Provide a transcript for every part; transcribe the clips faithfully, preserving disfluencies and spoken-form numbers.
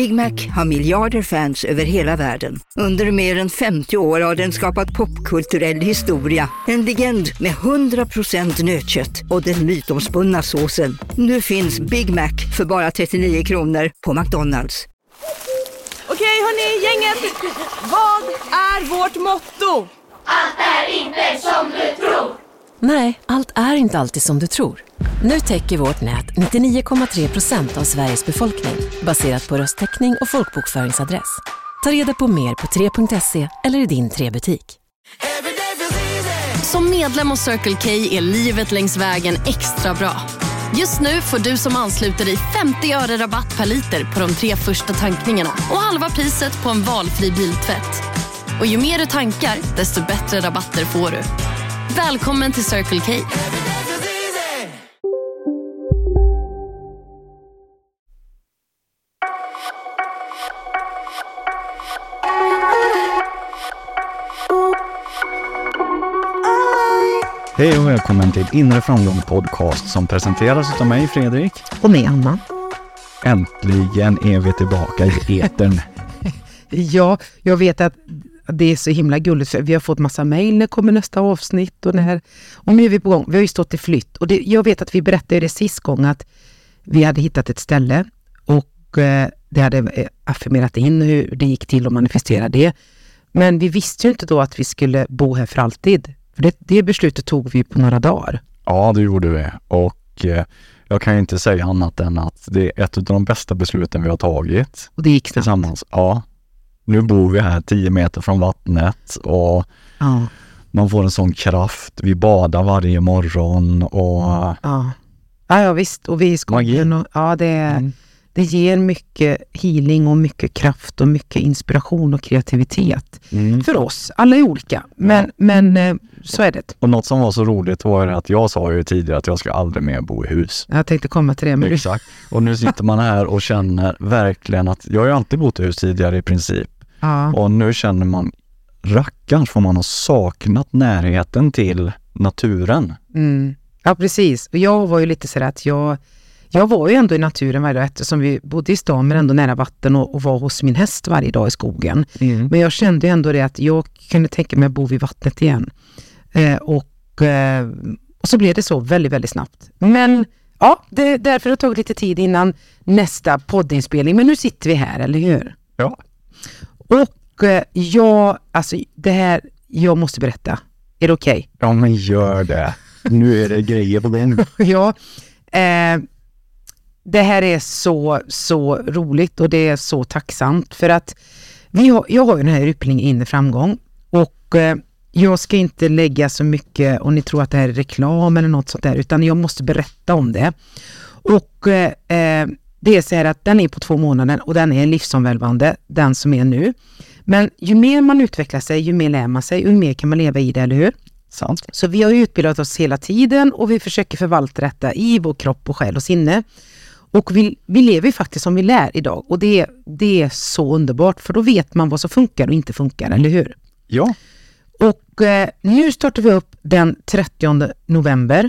Big Mac har miljarder fans över hela världen. Under mer än femtio år har den skapat popkulturell historia. En legend med hundra procent nötkött och den mytomspunna såsen. Nu finns Big Mac för bara trettionio kronor på McDonald's. Okej hörni, gänget. Vad är vårt motto? Allt är inte som du tror. Nej, allt är inte alltid som du tror. Nu täcker vårt nät nittionio komma tre procent av Sveriges befolkning baserat på röstteckning och folkbokföringsadress. Ta reda på mer på tre punkt se eller i din tre-butik. Som medlem hos Circle K är livet längs vägen extra bra. Just nu får du som ansluter dig femtio öre rabatt per liter på de tre första tankningarna och halva priset på en valfri biltvätt. Och ju mer du tankar, desto bättre rabatter får du. Välkommen till Circle K. Hej och välkommen till Inre Framgång podcast som presenteras av mig Fredrik. Och mig Anna. Äntligen är vi tillbaka i etern. Ja, jag vet att det är så himla gulligt för vi har fått massa mejl när kommer nästa avsnitt och när och nu är vi på gång. Vi har ju stått i flytt och det, jag vet att vi berättade det sist gång att vi hade hittat ett ställe och eh, det hade affirmerat in hur det gick till att manifestera det. Men vi visste ju inte då att vi skulle bo här för alltid. För det, det beslutet tog vi på några dagar. Ja, det gjorde vi. Och eh, jag kan ju inte säga annat än att det är ett av de bästa besluten vi har tagit. Och det gick snabbt. Tillsammans. Ja. Nu bor vi här tio meter från vattnet och ja. Man får en sån kraft. Vi badar varje morgon och... Ja, ja, ja visst. Och vi i skogen. Och, ja, det, mm. det ger mycket healing och mycket kraft och mycket inspiration och kreativitet. Mm. För oss. Alla är olika. Men, ja. men så är det. Och något som var så roligt var att jag sa ju tidigare att jag ska aldrig mer bo i hus. Jag tänkte komma till det. Men exakt. Och nu sitter man här och känner verkligen att jag har ju alltid bott i hus tidigare i princip. Ja. Och nu känner man rackarns får man ha saknat närheten till naturen. Mm. Ja, precis. Och jag var ju lite så att jag, jag var ju ändå i naturen varje dag eftersom vi bodde i stan men ändå nära vatten och, och var hos min häst varje dag i skogen. Mm. Men jag kände ju ändå det att jag kunde tänka mig att bo vid vattnet igen. Eh, och, eh, och så blev det så väldigt, väldigt snabbt. Men ja, det, därför har det tagit lite tid innan nästa poddinspelning. Men nu sitter vi här, eller hur? Ja. Och eh, jag, alltså det här, jag måste berätta. Är det okej? Okay? Ja, men gör det. Nu är det grejer på gång. Ja, eh, det här är så, så roligt och det är så tacksamt för att vi har, jag har ju den här utbildningen Inre Framgång och eh, jag ska inte lägga så mycket och ni tror att det här är reklam eller något sånt där utan jag måste berätta om det. Och eh, det är så här att den är på två månader och den är livsomvälvande, den som är nu. Men ju mer man utvecklar sig, ju mer lär man sig och ju mer kan man leva i det, eller hur? Sant. Så vi har ju utbildat oss hela tiden och vi försöker förvalta detta i vår kropp och själ och sinne. Och vi, vi lever faktiskt som vi lär idag och det, det är så underbart för då vet man vad som funkar och inte funkar, eller hur? Ja. Och eh, nu startar vi upp den trettionde november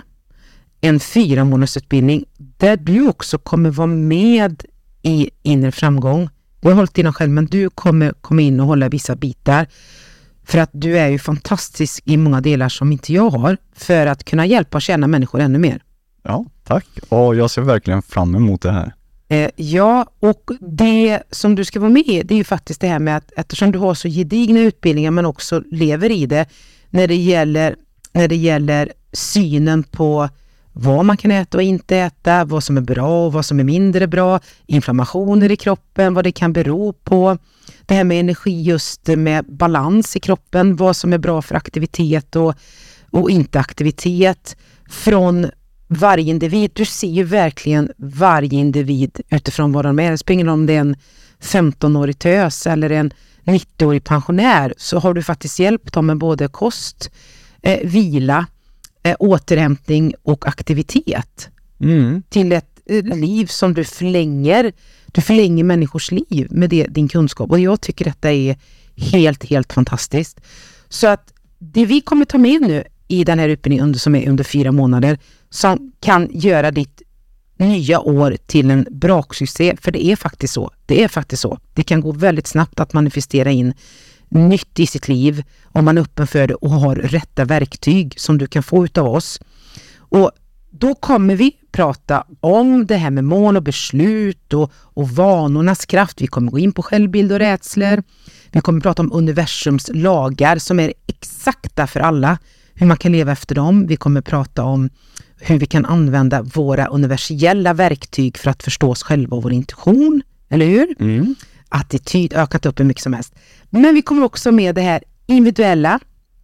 en fyra månaders utbildning där du också kommer vara med i Inre Framgång. Du har hållit dina själv men du kommer komma in och hålla vissa bitar för att du är ju fantastisk i många delar som inte jag har för att kunna hjälpa och tjäna människor ännu mer. Ja, tack. Och jag ser verkligen fram emot det här. Eh, ja, och det som du ska vara med i det är ju faktiskt det här med att eftersom du har så gedigna utbildningar men också lever i det när det gäller, när det gäller synen på vad man kan äta och inte äta, vad som är bra och vad som är mindre bra, inflammationer i kroppen, vad det kan bero på, det här med energi just med balans i kroppen, vad som är bra för aktivitet och, och inte aktivitet från varje individ. Du ser ju verkligen varje individ utifrån vad de är. Det spelar ingen roll om det är en femtonårig tös eller en nittioårig pensionär så har du faktiskt hjälpt dem med både kost, eh, vila, eh, återhämtning och aktivitet mm. till ett eh, liv som du förlänger. Du förlänger människors liv med det, din kunskap och jag tycker detta är helt, helt fantastiskt. Så att det vi kommer ta med nu i den här utbildningen under, som är under fyra månader som kan göra ditt nya år till en braksuccé, för det är faktiskt så. Det är faktiskt så. Det kan gå väldigt snabbt att manifestera in nytt i sitt liv om man är öppen för det och har rätta verktyg som du kan få utav oss. Och då kommer vi prata om det här med mål och beslut och, och vanornas kraft. Vi kommer gå in på självbild och rädslor. Vi kommer prata om universums lagar som är exakta för alla. Hur man kan leva efter dem. Vi kommer prata om hur vi kan använda våra universella verktyg för att förstå oss själva och vår intuition. Eller hur? Mm. Attityd ökat upp hur mycket som helst. Men vi kommer också med det här individuella.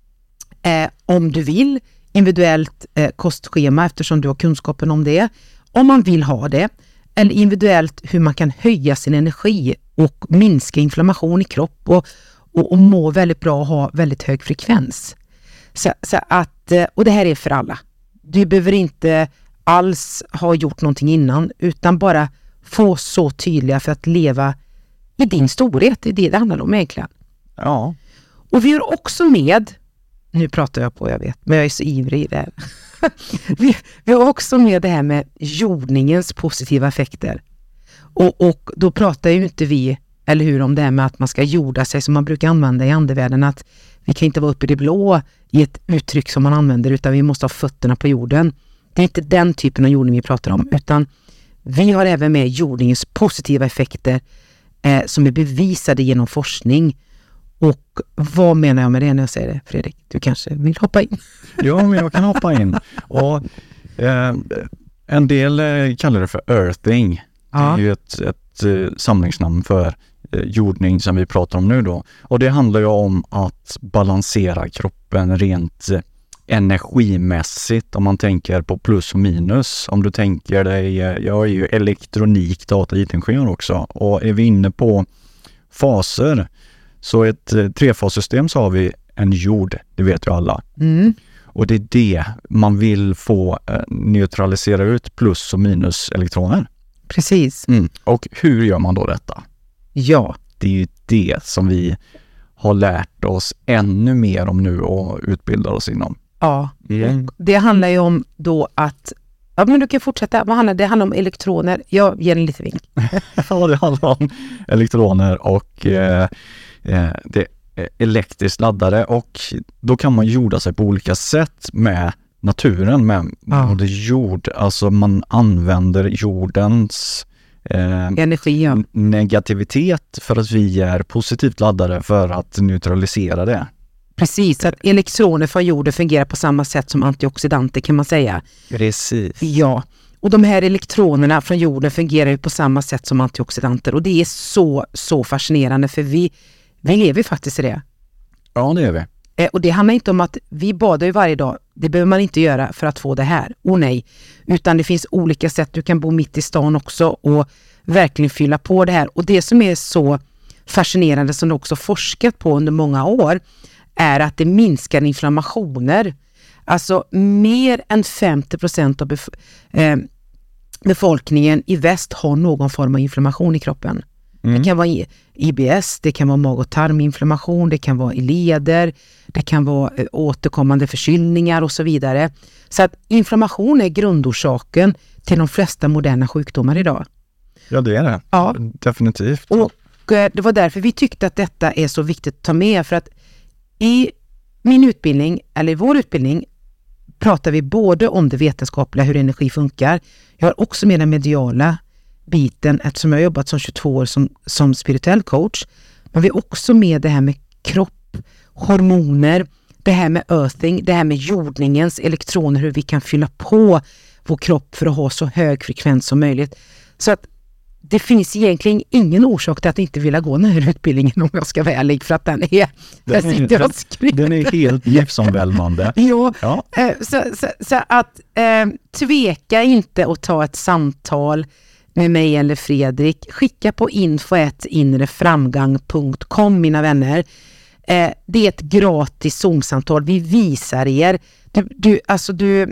Eh, om du vill. Individuellt eh, kostschema eftersom du har kunskapen om det. Om man vill ha det. Eller individuellt hur man kan höja sin energi och minska inflammation i kropp. Och, och, och må väldigt bra och ha väldigt hög frekvens. Så, så att, och det här är för alla. Du behöver inte alls ha gjort någonting innan utan bara få så tydliga för att leva i din storhet. Det är det det handlar om egentligen. Ja. Och vi är också med, nu pratar jag på jag vet, men jag är så ivrig i det här. vi, vi har också med det här med jordningens positiva effekter. Och, och då pratar ju inte vi, eller hur, om det här med att man ska jorda sig som man brukar använda i andevärlden, att vi kan inte vara uppe i det blå i ett uttryck som man använder utan vi måste ha fötterna på jorden. Det är inte den typen av jordning vi pratar om utan vi har även med jordningens positiva effekter eh, som är bevisade genom forskning. Och vad menar jag med det när jag säger det, Fredrik? Du kanske vill hoppa in? Ja, men jag kan hoppa in. Och, eh, en del eh, kallar det för earthing. Ja. Det är ju ett, ett eh, samlingsnamn för eh, jordning som vi pratar om nu då. Och det handlar ju om att balansera kroppen rent eh, energimässigt om man tänker på plus och minus. Om du tänker dig, jag är ju elektronik, data, I T-ingenjör också. Och är vi inne på faser så ett eh, trefassystem så har vi en jord, det vet ju alla. Mm. Och det är det man vill få eh, neutralisera ut plus och minus elektroner. Precis. Mm. Och hur gör man då detta? Ja. Det är ju det som vi har lärt oss ännu mer om nu och utbildar oss inom. Ja, Mm. det handlar ju om då att, ja men du kan fortsätta, vad handlar det? handlar om elektroner, jag ger en lite vink. Ja, det handlar om elektroner och eh, eh, det är elektriskt laddade och då kan man jorda sig på olika sätt med naturen, med Ja. både jord, alltså man använder jordens eh, Energi, ja. negativitet för att vi är positivt laddade för att neutralisera det. Precis, så att elektroner från jorden fungerar på samma sätt som antioxidanter kan man säga. Precis. Ja, och de här elektronerna från jorden fungerar ju på samma sätt som antioxidanter och det är så, så fascinerande för vi, vi lever faktiskt i det. Ja, det är vi. Eh, och det handlar inte om att vi badar ju varje dag, det behöver man inte göra för att få det här, oh nej. Utan det finns olika sätt, du kan bo mitt i stan också och verkligen fylla på det här. Och det som är så fascinerande som du också forskat på under många år är att det minskar inflammationer. Alltså mer än femtio procent av bef- eh, befolkningen i väst har någon form av inflammation i kroppen. Mm. Det kan vara I B S, det kan vara mag- och tarminflammation, det kan vara i leder, det kan vara eh, återkommande förkylningar och så vidare. Så att inflammation är grundorsaken till de flesta moderna sjukdomar idag. Ja, det är det. Ja. Definitivt. Och eh, det var därför vi tyckte att detta är så viktigt att ta med, för att i min utbildning, eller i vår utbildning, pratar vi både om det vetenskapliga, hur energi funkar. Jag har också med den mediala biten eftersom jag har jobbat som tjugotvå år som, som spirituell coach. Men vi är också med det här med kropp, hormoner, det här med earthing, det här med jordningens elektroner, hur vi kan fylla på vår kropp för att ha så hög frekvens som möjligt. Så att det finns egentligen ingen orsak till att inte vilja gå den här utbildningen om jag ska vara ärlig, för att den är, den Den, sitter och skriver. den är helt livsomvälvande. Ja, Ja. eh, så, så, så att eh, tveka inte att ta ett samtal med mig eller Fredrik. Skicka på info at inreframgang punkt com, mina vänner. Eh, det är ett gratis Zoom-samtal. Vi visar er. Du, du, alltså du,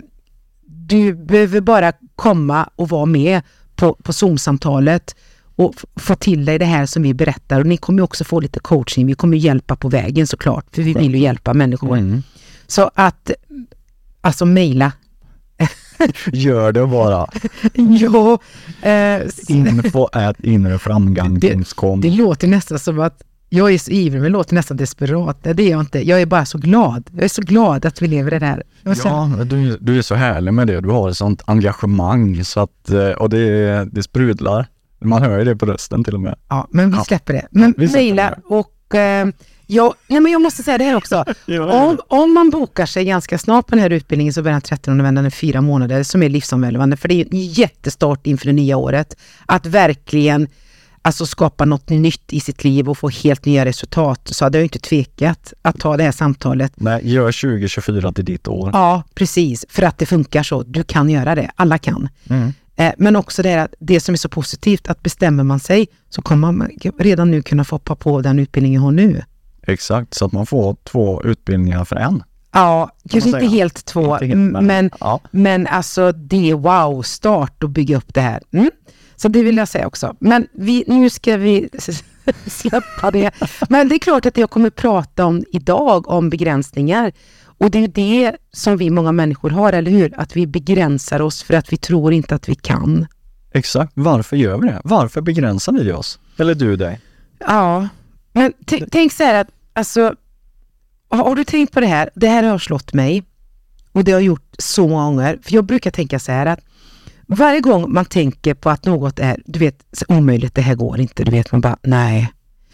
du behöver bara komma och vara med på, på Zoom-samtalet och f- få till dig det här som vi berättar. Och ni kommer också få lite coaching. Vi kommer hjälpa på vägen såklart. För vi vill ju hjälpa människor. Mm. Så att, alltså mejla. Gör det bara. Ja. Eh, Info at inreframgång punkt com. Det, det låter nästan som att jag är så ivrig, men det låter nästan desperat. Det är jag inte. Jag är bara så glad. Jag är så glad att vi lever det där. Ja, du, du är så härlig med det. Du har ett sånt engagemang så att, och det, det sprudlar. Man hör ju det på rösten till och med. Ja, men vi släpper det. Men mejla och eh, ja, nej, men jag måste säga det här också. Om, om man bokar sig ganska snart på den här utbildningen så börjar den trettonde november, fyra månader som är livsomvälvande. För det är en jättestart inför det nya året. Att verkligen alltså skapa något nytt i sitt liv och få helt nya resultat. Så hade jag inte tvekat att ta det här samtalet. Nej, gör tjugo tjugofyra till ditt år. Ja, precis. För att det funkar så. Du kan göra det. Alla kan. Mm. Eh, men också det, att det som är så positivt, att bestämmer man sig så kommer man redan nu kunna få hoppa på den utbildningen hon nu. Exakt, så att man får två utbildningar för en. Ja, kanske inte helt två, inte helt, men, men, ja. men alltså det är wow-start att bygga upp det här. Mm. Så det vill jag säga också. Men vi, nu ska vi släppa det. Men det är klart att jag kommer prata om idag om begränsningar. Och det är det som vi många människor har, eller hur? Att vi begränsar oss för att vi tror inte att vi kan. Exakt, varför gör vi det? Varför begränsar vi oss? Eller du dig? Ja, men t- tänk så här att, alltså, har du tänkt på det här? Det här har slått mig. Och det har gjort så många gånger. För jag brukar tänka så här att varje gång man tänker på att något är, du vet, så omöjligt, det här går inte, du vet, man bara, nej.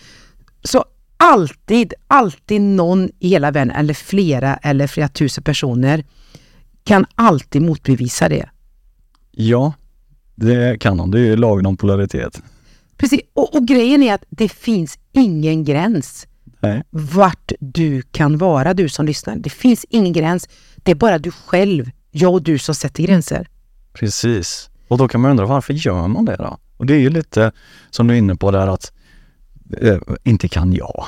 Så alltid, alltid någon i hela världen, eller flera, eller flera tusen personer kan alltid motbevisa det. Ja, det kan de. Det är ju lagen om polaritet. Precis, och, och grejen är att det finns ingen gräns. Nej. Vart du kan vara, du som lyssnar. Det finns ingen gräns. Det är bara du själv, jag och du, som sätter gränser. Precis. Och då kan man undra, varför gör man det då? Och det är ju lite som du är inne på där att eh, inte kan jag.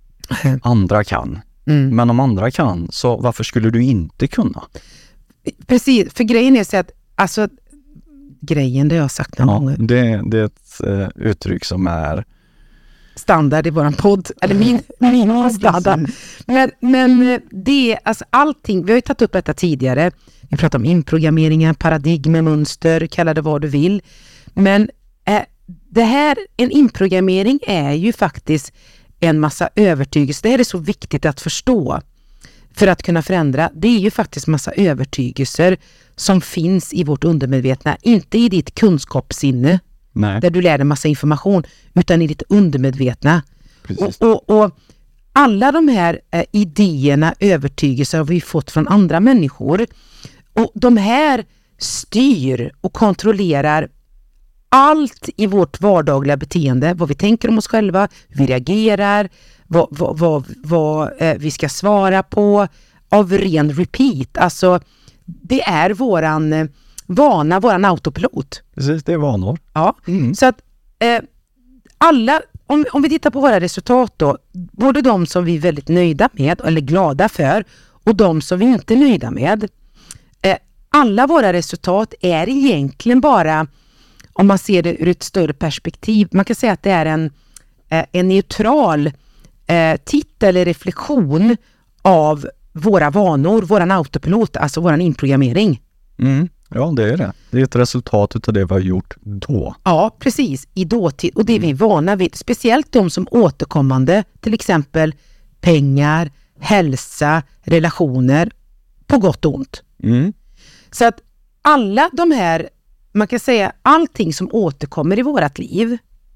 Andra kan. Mm. Men om andra kan, så varför skulle du inte kunna? Precis, för grejen är så att alltså, grejen, det har jag sagt några ja, gånger. Det, det är ett uh, uttryck som är standard i våran podd, eller min, min standard. Men, men det, alltså allting, vi har ju tagit upp detta tidigare. Vi pratar om inprogrammeringar, paradigm, mönster, kalla det vad du vill. Men eh, det här, en inprogrammering är ju faktiskt en massa övertygelse. Det här är så viktigt att förstå för att kunna förändra. Det är ju faktiskt massa övertygelser som finns i vårt undermedvetna, inte i ditt kunskapssinne. Nej. Där du lär dig massa information, utan i ditt undermedvetna. Och, och, och alla de här eh, idéerna, övertygelser har vi fått från andra människor. Och de här styr och kontrollerar allt i vårt vardagliga beteende. Vad vi tänker om oss själva, hur vi reagerar, vad, vad, vad, vad eh, vi ska svara på av ren repeat. Alltså, det är våran eh, vana, våran autopilot. Precis, det är vanor. Ja, mm. Så att eh, alla, om, om vi tittar på våra resultat då, både de som vi är väldigt nöjda med eller glada för och de som vi inte är nöjda med. Eh, alla våra resultat är egentligen bara, om man ser det ur ett större perspektiv, man kan säga att det är en, eh, en neutral eh, titt eller reflektion av våra vanor, våran autopilot, alltså våran inprogrammering. Mm. Ja, det är det. Det är ett resultat av det vi har gjort då. Ja, precis. I dåtid. Och det är vi vana vid. Speciellt de som återkommande, till exempel pengar, hälsa, relationer, på gott och ont. Mm. Så att alla de här, man kan säga allting som återkommer i vårat liv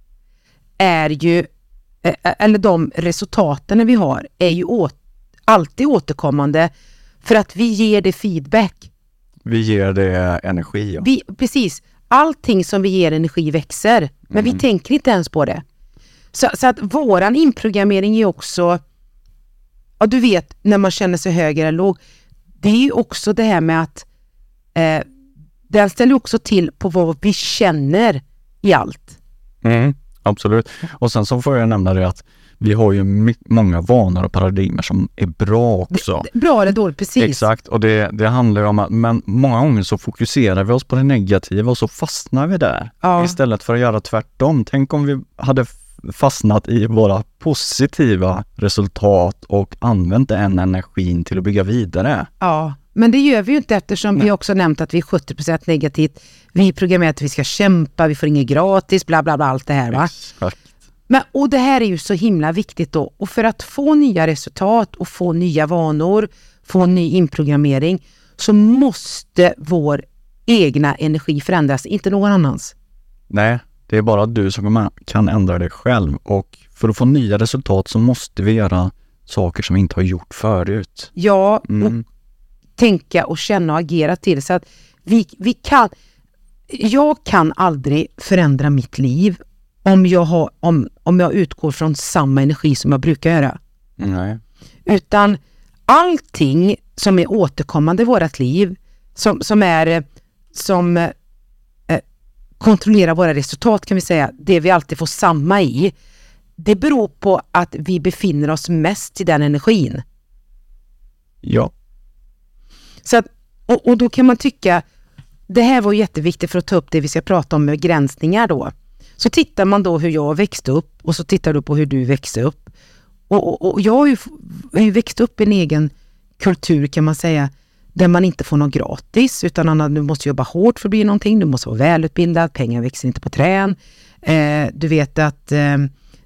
är ju, eller de resultaten vi har är ju åt, alltid återkommande för att vi ger det feedback. Vi ger det energi. Ja. Vi, precis. Allting som vi ger energi växer. Men mm. vi tänker inte ens på det. Så, så att våran inprogrammering är också, ja, du vet, när man känner sig hög eller låg. Det är ju också det här med att eh, den ställer också till på vad vi känner i allt. Mm, absolut. Och sen så får jag nämna det att vi har ju my- många vanor och paradigmer som är bra också. Det, bra eller dåligt, precis. Exakt, och det, det handlar om att, men många gånger så fokuserar vi oss på det negativa och så fastnar vi där. Ja. Istället för att göra tvärtom. Tänk om vi hade fastnat i våra positiva resultat och använt den energin till att bygga vidare. Ja. men det gör vi ju inte eftersom Nej. vi också nämnt att vi är sjuttio procent negativt. Vi programmerar att vi ska kämpa, vi får inget gratis, bla bla bla, allt det här va. Exakt. Men, och det här är ju så himla viktigt då. Och för att få nya resultat och få nya vanor, få ny inprogrammering, så måste vår egna energi förändras, inte någon annans. Nej, det är bara du som kan ändra det själv. Och för att få nya resultat så måste vi göra saker som vi inte har gjort förut. Ja, mm. och tänka och känna och agera till. Så att vi, vi kan... Jag kan aldrig förändra mitt liv om jag, har, om, om jag utgår från samma energi som jag brukar göra. Nej. Utan allting som är återkommande i vårt liv, som, som är som eh, kontrollerar våra resultat kan vi säga, det vi alltid får samma i, det beror på att vi befinner oss mest i den energin. Ja. Så att, och, och då kan man tycka, det här var jätteviktigt för att ta upp det vi ska prata om med begränsningar då. Så tittar man då hur jag växte upp och så tittar du på hur du växte upp. Och, och, och jag har ju, har ju växt upp i en egen kultur kan man säga, där man inte får något gratis utan du måste jobba hårt för att bli någonting, du måste vara välutbildad, pengar växer inte på trän. Eh, du vet att eh,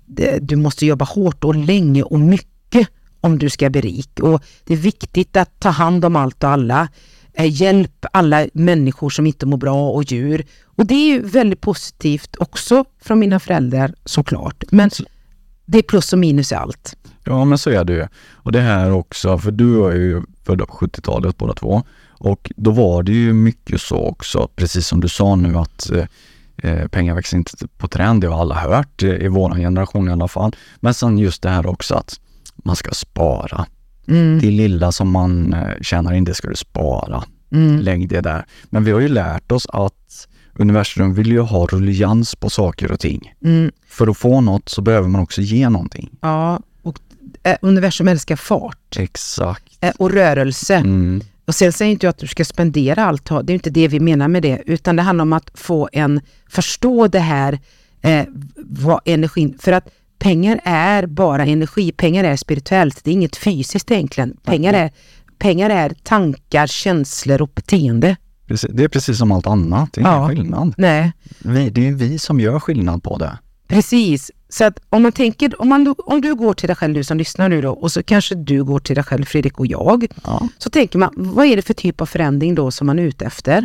du måste jobba hårt och länge och mycket om du ska bli rik. Och det är viktigt att ta hand om allt och alla. Eh, hjälp alla människor som inte mår bra och djur. Och det är ju väldigt positivt också från mina föräldrar såklart. Men det är plus och minus i allt. Ja, men så är det ju. Och det här också, för du är ju född på sjuttiotalet båda två. Och då var det ju mycket så också, precis som du sa nu, att eh, pengar växer inte på trend. Det har alla hört, i vår generation i alla fall. Men sen just det här också att man ska spara. Mm. Det lilla som man tjänar in, det ska du spara. Mm. Lägg det där. Men vi har ju lärt oss att universum vill ju ha ruljans på saker och ting. Mm. För att få något så behöver man också ge någonting. Ja, och eh, universum älskar fart. Exakt. Eh, och rörelse. Mm. Och sen säger inte jag att du ska spendera allt. Det är inte det vi menar med det. Utan det handlar om att få en, förstå det här, eh, vad energin, för att pengar är bara energi. Pengar är spirituellt. Det är inget fysiskt egentligen. Pengar är, pengar är tankar, känslor och beteende. Det är precis som allt annat. Det är ingen ja, skillnad. Nej. Vi, det är vi som gör skillnad på det. Precis. Så att om man tänker, om, man, om du går till dig själv, du som lyssnar nu då, och så kanske du går till dig själv, Fredrik och jag. Ja. Så tänker man, vad är det för typ av förändring då som man är ute efter?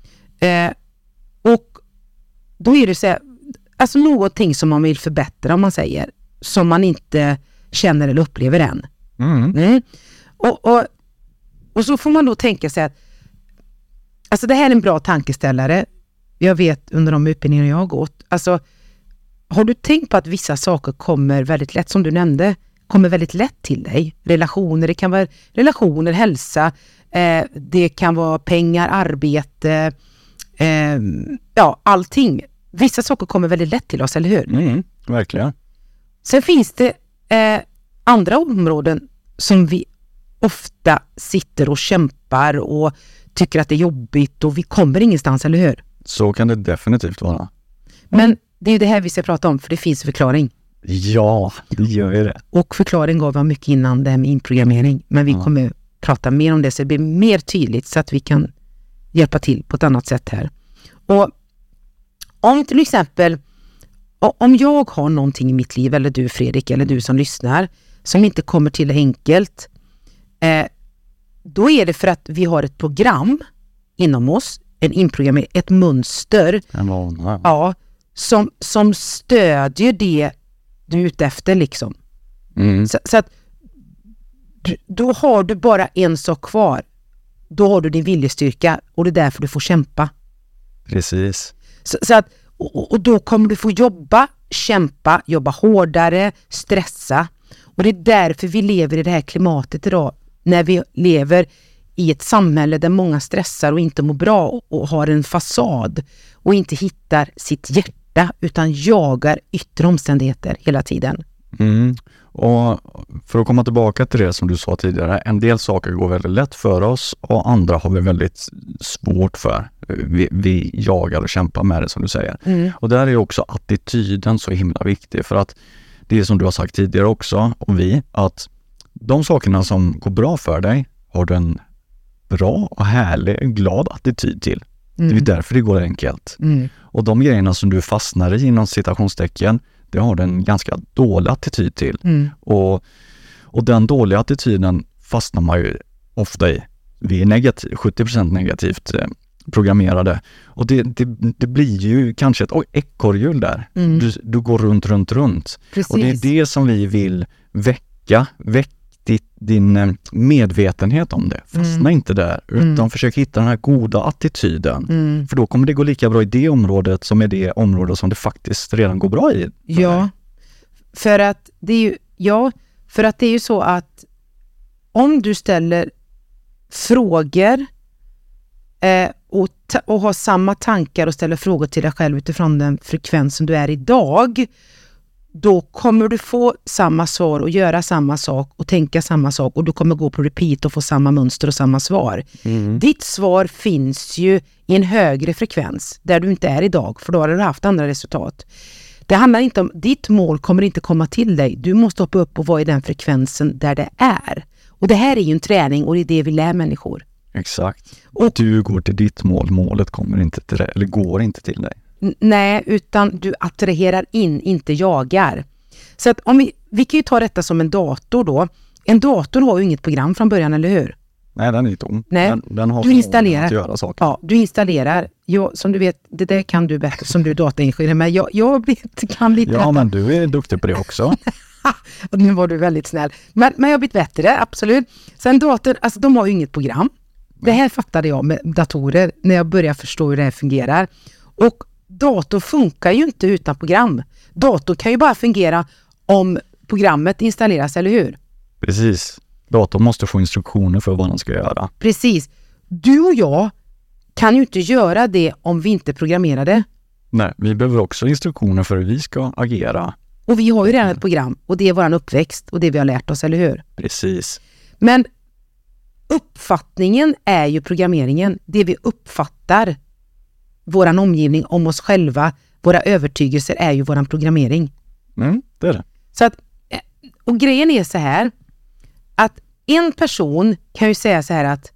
Eh, och då är det så här, alltså någonting som man vill förbättra om man säger, som man inte känner eller upplever än. Mm. Mm. Och, och, och så får man då tänka sig att alltså det här är en bra tankeställare. Jag vet under de utbildningar jag har gått. Alltså, har du tänkt på att vissa saker kommer väldigt lätt, som du nämnde, kommer väldigt lätt till dig? Relationer, det kan vara relationer, hälsa, eh, det kan vara pengar, arbete, eh, ja, allting. Vissa saker kommer väldigt lätt till oss, eller hur? Mm, verkligen. Sen finns det eh, andra områden som vi ofta sitter och kämpar och tycker att det är jobbigt och vi kommer ingenstans, eller hur? Så kan det definitivt vara. Men det är ju det här vi ska prata om, för det finns förklaring. Ja, det gör ju det. Och förklaring gav jag mycket innan det här med inprogrammering. Men vi ja. kommer prata mer om det så det blir mer tydligt så att vi kan hjälpa till på ett annat sätt här. Och om till exempel, om jag har någonting i mitt liv, eller du Fredrik, eller du som lyssnar, som inte kommer till enkelt, eh, då är det för att vi har ett program inom oss, en inprogrammering, ett mönster, en vana. Ja, som, som stödjer det du är ute efter liksom. Mm. Så, så att då har du bara en sak kvar. Då har du din viljestyrka och det är därför du får kämpa. Precis. Så, så att, och, och då kommer du få jobba, kämpa, jobba hårdare, stressa. Och det är därför vi lever i det här klimatet idag. När vi lever i ett samhälle där många stressar och inte mår bra och, och har en fasad och inte hittar sitt hjärta utan jagar yttre omständigheter hela tiden. Mm. Och för att komma tillbaka till det som du sa tidigare, en del saker går väldigt lätt för oss och andra har vi väldigt svårt för. Vi, vi jagar och kämpar med det som du säger. Mm. Och där är också attityden så himla viktig, för att det är som du har sagt tidigare också, och vi, att de sakerna som går bra för dig har du en bra och härlig, glad attityd till. Mm. Det är därför det går enkelt. Mm. Och de grejerna som du fastnar i inom citationstecken, det har du en ganska dålig attityd till. Mm. Och, och den dåliga attityden fastnar man ju ofta i. Vi är negativ, sjuttio procent negativt eh, programmerade. Och det, det, det blir ju kanske ett ekorrhjul där. Mm. Du, du går runt, runt, runt. Precis. Och det är det som vi vill väcka. Väck ditt, din medvetenhet om det. Fastna Mm. inte där, utan Mm. försök hitta den här goda attityden. Mm. För då kommer det gå lika bra i det området som i det området som det faktiskt redan går bra i. Ja, för att det är ju, ja, för att det är ju så att om du ställer frågor eh, och, ta- och har samma tankar och ställer frågor till dig själv utifrån den frekvens som du är idag, då kommer du få samma svar och göra samma sak och tänka samma sak, och du kommer gå på repeat och få samma mönster och samma svar. Mm. Ditt svar finns ju i en högre frekvens där du inte är idag, för då har du haft andra resultat. Det handlar inte om, ditt mål kommer inte komma till dig. Du måste hoppa upp och vara i den frekvensen där det är. Och det här är ju en träning, och det är det vi lär människor. Exakt. Och- Du går till ditt mål, målet kommer inte till dig, eller går inte till dig. N- nej, utan du attraherar in, inte jagar. Så att om vi, vi kan ju ta detta som en dator då. En dator har ju inget program från början, eller hur? Nej, den är tom. Nej, Den, den har du förmågan installerar. att göra saker. Ja, du installerar. Jag, som du vet, det där kan du bättre som du är dataingenjör, men jag, jag vet, kan lite. Ja, men du är duktig på det också. Och nu var du väldigt snäll. Men, men jag har blivit bättre, absolut. Sen datorn, alltså de har ju inget program. Det här fattade jag med datorer när jag började förstå hur det här fungerar. Och dator funkar ju inte utan program. Dator kan ju bara fungera om programmet installeras, eller hur? Precis. Datorn måste få instruktioner för vad den ska göra. Precis. Du och jag kan ju inte göra det om vi inte programmerar det. Nej, vi behöver också instruktioner för hur vi ska agera. Och vi har ju redan ett program, och det är våran uppväxt och det vi har lärt oss, eller hur? Precis. Men uppfattningen är ju programmeringen. Det vi uppfattar, våran omgivning om oss själva, våra övertygelser är ju våran programmering. Mm, det är det. Så att, och grejen är så här, att en person kan ju säga så här att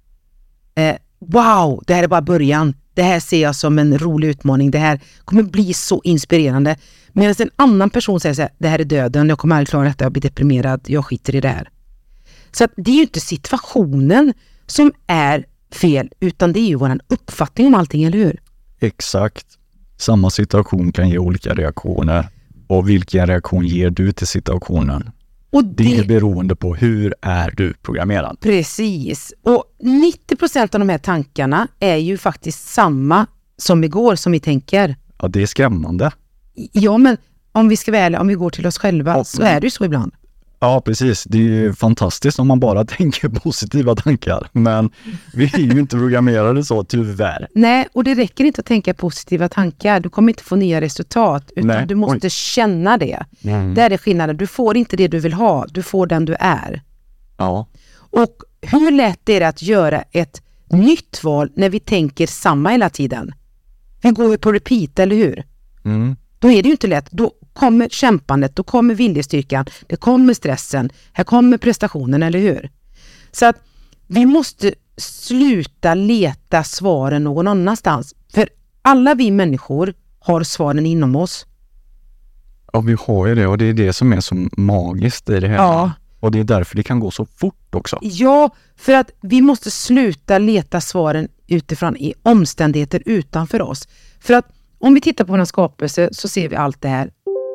eh, wow, det här är bara början. Det här ser jag som en rolig utmaning. Det här kommer bli så inspirerande. Medan en annan person säger så här, det här är döden, jag kommer aldrig klara detta, jag blir deprimerad, jag skiter i det här. Så att det är ju inte situationen som är fel, utan det är ju våran uppfattning om allting, eller hur? Exakt. Samma situation kan ge olika reaktioner. Och vilken reaktion ger du till situationen? Och Det är beroende på hur är du programmerad. Precis. Och nittio procent av de här tankarna är ju faktiskt samma som igår som vi tänker. Ja, det är skrämmande. Ja, men om vi ska välja, om vi går till oss själva, Ja. så är det ju så ibland. Ja, precis. Det är ju fantastiskt om man bara tänker positiva tankar. Men vi är ju inte programmerade så, tyvärr. Nej, och det räcker inte att tänka positiva tankar. Du kommer inte få nya resultat, utan Nej. du måste Oj. känna det. Mm. Där är skillnaden. Du får inte det du vill ha, du får den du är. Ja. Och hur lätt är det att göra ett nytt val när vi tänker samma hela tiden? Vi går ju på repeat, eller hur? Mm. Då är det ju inte lätt. Då kommer kämpandet, då kommer viljestyrkan, det kommer stressen, här kommer prestationen, eller hur? Så att vi måste sluta leta svaren någon annanstans. För alla vi människor har svaren inom oss. Ja, vi har ju det, och det är det som är så magiskt i det här. Ja. Och det är därför det kan gå så fort också. Ja, för att vi måste sluta leta svaren utifrån i omständigheter utanför oss. För att om vi tittar på vår skapelse så ser vi allt det här.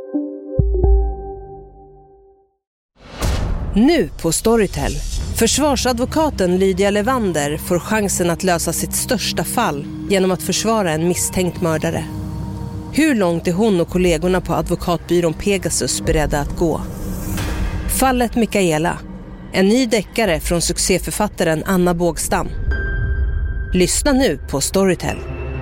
Nu på Storytel. Försvarsadvokaten Lydia Levander får chansen att lösa sitt största fall genom att försvara en misstänkt mördare. Hur långt är hon och kollegorna på advokatbyrån Pegasus beredda att gå? Fallet Mikaela. En ny deckare från succéförfattaren Anna Bågstam. Lyssna nu på Storytel.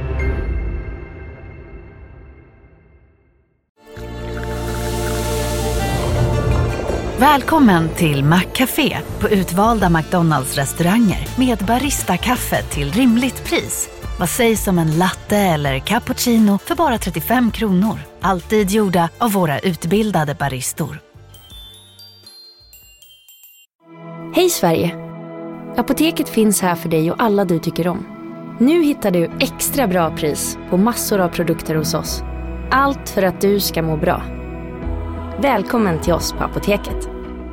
Välkommen till Maccafé på utvalda McDonalds restauranger med Barista-kaffe till rimligt pris. Vad sägs om en latte eller cappuccino för bara trettiofem kronor? Alltid gjorda av våra utbildade baristor. Hej Sverige! Apoteket finns här för dig och alla du tycker om. Nu hittar du extra bra pris på massor av produkter hos oss. Allt för att du ska må bra. Välkommen till oss på Apoteket.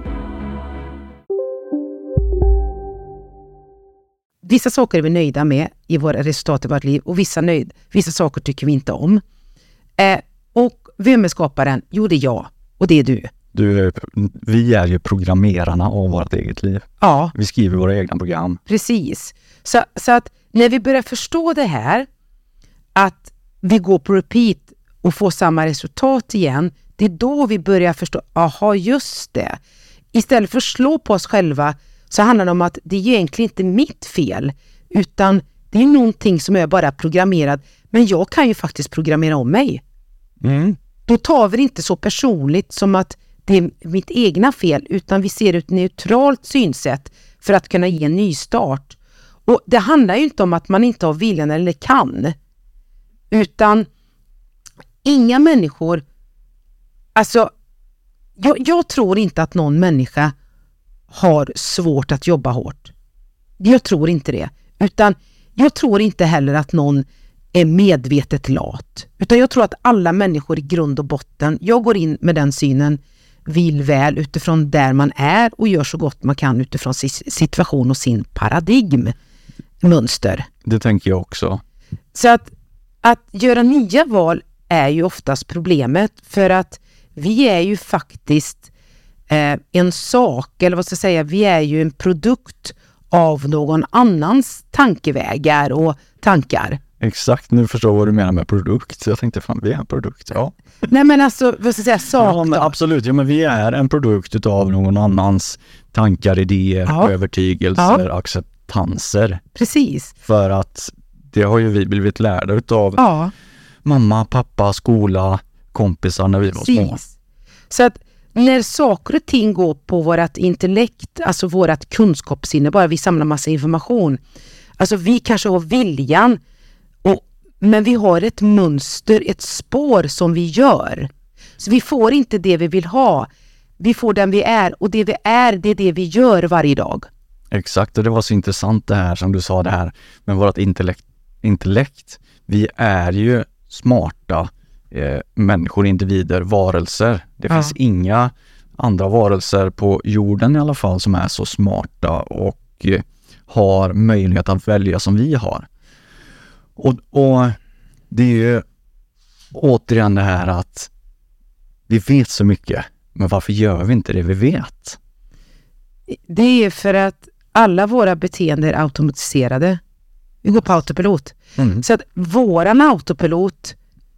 Vissa saker är vi nöjda med i våra resultat i vårt liv och vissa, nöjd, vissa saker tycker vi inte om. Eh, och vem är skaparen? Jo, det är jag och det är du. Du, vi är ju programmerarna av vårt eget liv. Ja. Vi skriver våra egna program. Precis. Så, så att när vi börjar förstå det här, att vi går på repeat och får samma resultat igen, det är då vi börjar förstå, aha, just det. Istället för att slå på oss själva så handlar det om att det är egentligen inte mitt fel, utan det är någonting som är bara programmerad. Men jag kan ju faktiskt programmera om mig. Mm. Då tar vi det inte så personligt som att det är mitt egna fel, utan vi ser ett neutralt synsätt för att kunna ge en ny start. Och det handlar ju inte om att man inte har viljan eller kan, utan inga människor, alltså jag, jag tror inte att någon människa har svårt att jobba hårt. Jag tror inte det, utan jag tror inte heller att någon är medvetet lat, utan jag tror att alla människor i grund och botten, jag går in med den synen, vill väl utifrån där man är och gör så gott man kan utifrån sin situation och sin paradigm mönster. Det tänker jag också. Så att, att göra nya val är ju oftast problemet, för att vi är ju faktiskt eh, en sak, eller vad ska jag säga, vi är ju en produkt av någon annans tankevägar och tankar. Exakt, nu förstår jag vad du menar med produkt. Jag tänkte, fan, vi är en produkt, ja. Nej, men alltså, vad ska jag säga, sak ja, men absolut, ja, men vi är en produkt av någon annans tankar, idéer, ja. övertygelser, ja. acceptanser. Precis. För att det har ju vi blivit lärda utav ja. mamma, pappa, skola, kompisar när vi var Precis. små. Så att när saker och ting går på vårat intellekt, alltså vårat kunskapssinne, bara vi samlar massa information. Alltså vi kanske har viljan, och, men vi har ett mönster, ett spår som vi gör. Så vi får inte det vi vill ha. Vi får den vi är, och det vi är, det är det vi gör varje dag. Exakt, och det var så intressant det här som du sa det här med vårt intellekt. intellekt. Vi är ju smarta eh, människor, individer, varelser. Det ja. finns inga andra varelser på jorden i alla fall som är så smarta och eh, har möjlighet att välja som vi har. Och, och det är ju återigen det här att vi vet så mycket, men varför gör vi inte det vi vet? Det är för att alla våra beteenden är automatiserade. Vi går på autopilot. Mm. Så att våran autopilot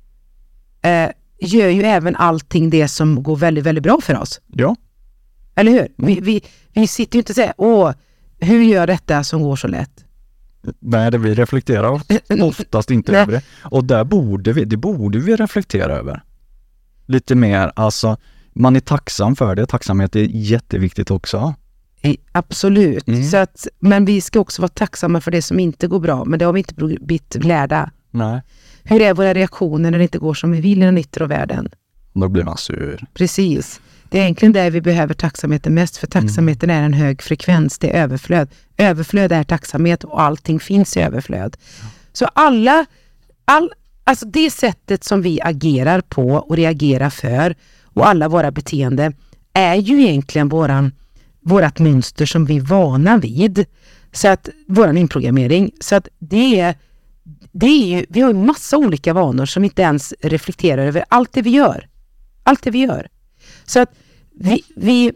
eh, gör ju även allting det som går väldigt, väldigt bra för oss. Ja. Eller hur? Mm. Vi, vi, vi sitter ju inte och säger, åh, hur gör detta som går så lätt? Nej, det vi reflekterar oftast inte över det. Och där borde vi, det borde vi reflektera över. Lite mer, alltså, man är tacksam för det. Tacksamhet är jätteviktigt också. Absolut. Mm. Så att, men vi ska också vara tacksamma för det som inte går bra. Men det har vi inte blivit lärda. Nej. Hur är våra reaktioner när det inte går som vi vill i den yttre världen? Då blir man sur. Precis. Det är egentligen där vi behöver tacksamheten mest. För tacksamheten mm. är en hög frekvens. Det är överflöd. Överflöd är tacksamhet och allting finns i överflöd. Ja. Så alla, all, alltså det sättet som vi agerar på och reagerar för och alla våra beteenden är ju egentligen våran vårat mönster som vi är vana vid. Så att våran inprogrammering. Så att det är, det är ju, vi har en massa olika vanor som inte ens reflekterar över allt det vi gör. Allt det vi gör. Så att vi, vi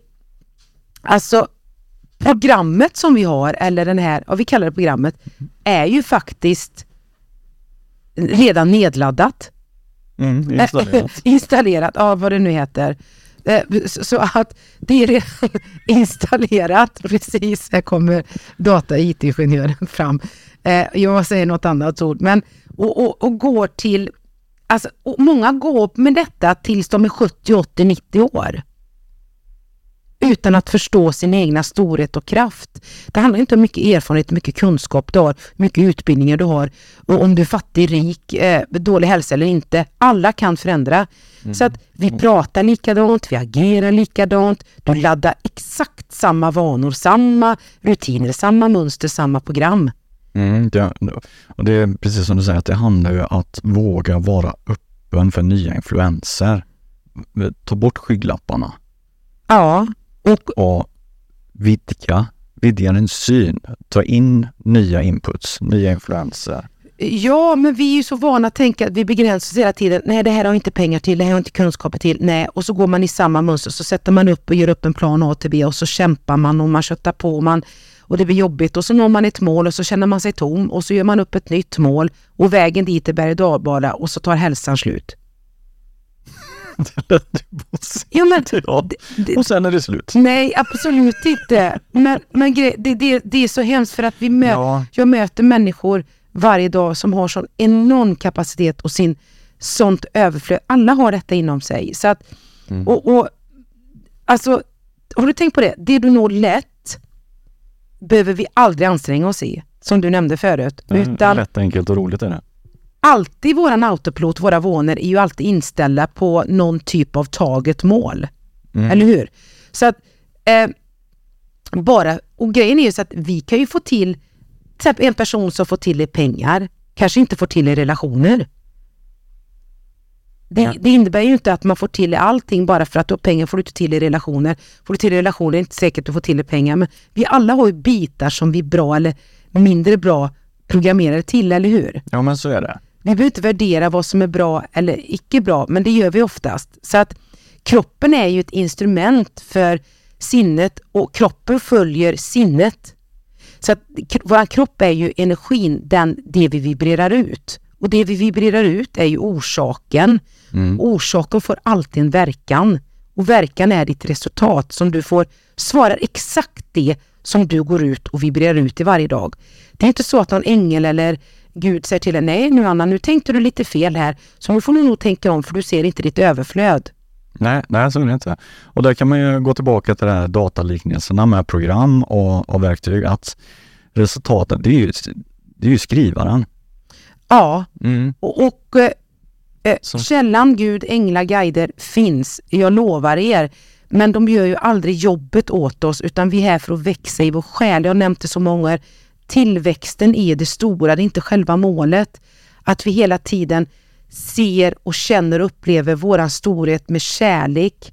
alltså programmet som vi har, eller den här, vad vi kallar det programmet, är ju faktiskt redan nedladdat. Mm, installerat. installerat, ja, vad det nu heter. Så att det är redan installerat. Precis, här kommer data-I T-ingenjören fram. Jag säger något annat ord. Men, och, och, och går till, alltså, och många går med detta tills de är sjuttio, åttio, nittio år. utan att förstå sin egna storhet och kraft. Det handlar inte om mycket erfarenhet, mycket kunskap du har, mycket utbildningar du har och om du är fattig, rik, eh, dålig hälsa eller inte. Alla kan förändra. Mm. Så att vi pratar likadant, vi agerar likadant, du laddar exakt samma vanor, samma rutiner, samma mönster, samma program. Mm, det, och det är precis som du säger, att det handlar ju om att våga vara öppen för nya influenser. Ta bort skygglapparna. Ja. Och, och vidga, vidga din syn. Ta in nya inputs, nya influenser. Ja, men vi är ju så vana att tänka att vi begränsar oss hela tiden. Nej, det här har inte pengar till, det här har inte kunskaper till. Nej, och så går man i samma mönster, så sätter man upp och gör upp en plan A till B och så kämpar man och man köttar på och man, och det blir jobbigt och så når man ett mål och så känner man sig tom och så gör man upp ett nytt mål och vägen dit är berg- och dalbana och så tar hälsan slut. Det lät du ja, men, ja. det, och sen är det slut. Nej, absolut inte. Men, men det, det, det är så hemskt för att vi mö- ja. jag möter människor varje dag som har sån enorm kapacitet och sin sånt överflöd. Alla har detta inom sig. Så att, mm. och, och alltså, har du tänkt på det? Det du når lätt behöver vi aldrig anstränga oss i, som du nämnde förut. Mm, utan lätt, enkelt och roligt är det. Alltid våran autopilot, våra vanor är ju alltid inställda på någon typ av taget mål. Mm. Eller hur? Så att eh, bara, och grejen är ju så att vi kan ju få till till exempel en person som får till i pengar kanske inte får till i relationer. Det, ja. det innebär ju inte att man får till i allting bara för att du har pengar får du inte till i relationer. Får du till i relationer är det inte säkert att du får till i pengar. Men vi alla har ju bitar som vi är bra eller mindre bra programmerade till, eller hur? Ja, men så är det. Vi behöver inte värdera vad som är bra eller icke bra, men det gör vi oftast. Så att kroppen är ju ett instrument för sinnet och kroppen följer sinnet. Så att vår kropp är ju energin, den, det vi vibrerar ut. Och det vi vibrerar ut är ju orsaken. Mm. Orsaken får alltid en verkan. Och verkan är ditt resultat som du får svara exakt det som du går ut och vibrerar ut i varje dag. Det är inte så att någon ängel eller Gud säger till dig, nej nu Anna, nu tänkte du lite fel här. Så nu får du nog tänka om för du ser inte ditt överflöd. Nej, nej så är det inte. Och där kan man ju gå tillbaka till de här dataliknelserna med program och, och verktyg. Att resultatet, det är ju, det är ju skrivaren. Ja, mm. och, och eh, källan, Gud, änglar, guider finns. Jag lovar er. Men de gör ju aldrig jobbet åt oss utan vi är här för att växa i vår själ. Jag har nämnt det så många gånger. Tillväxten är det stora, det är inte själva målet. Att vi hela tiden ser och känner och upplever våran storhet med kärlek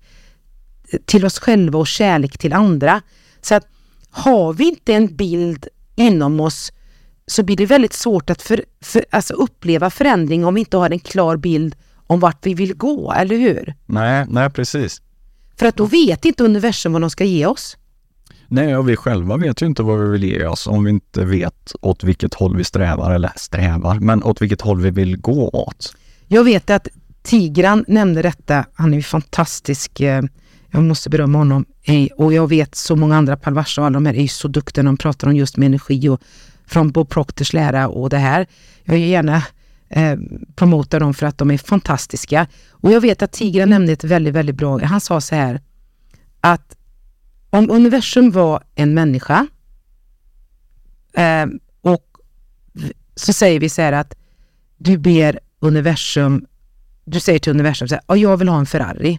till oss själva och kärlek till andra. Så att har vi inte en bild inom oss så blir det väldigt svårt att för, för, alltså uppleva förändring om vi inte har en klar bild om vart vi vill gå, eller hur? Nej, nej precis. För att då vet inte universum vad de ska ge oss. Nej, och vi själva vet ju inte vad vi vill ge oss om vi inte vet åt vilket håll vi strävar, eller strävar, men åt vilket håll vi vill gå åt. Jag vet att Tigran nämnde detta, han är ju fantastisk, jag måste berömma honom, och jag vet så många andra, Palvars och alla de här är ju så duktiga när de pratar om just med energi och från Bob Proctors lära och det här. Jag vill gärna eh, promota dem för att de är fantastiska. Och jag vet att Tigran nämnde ett väldigt, väldigt bra, han sa så här att om universum var en människa eh, och så säger vi så här att du ber universum, du säger till universum så här, ja, jag vill ha en Ferrari.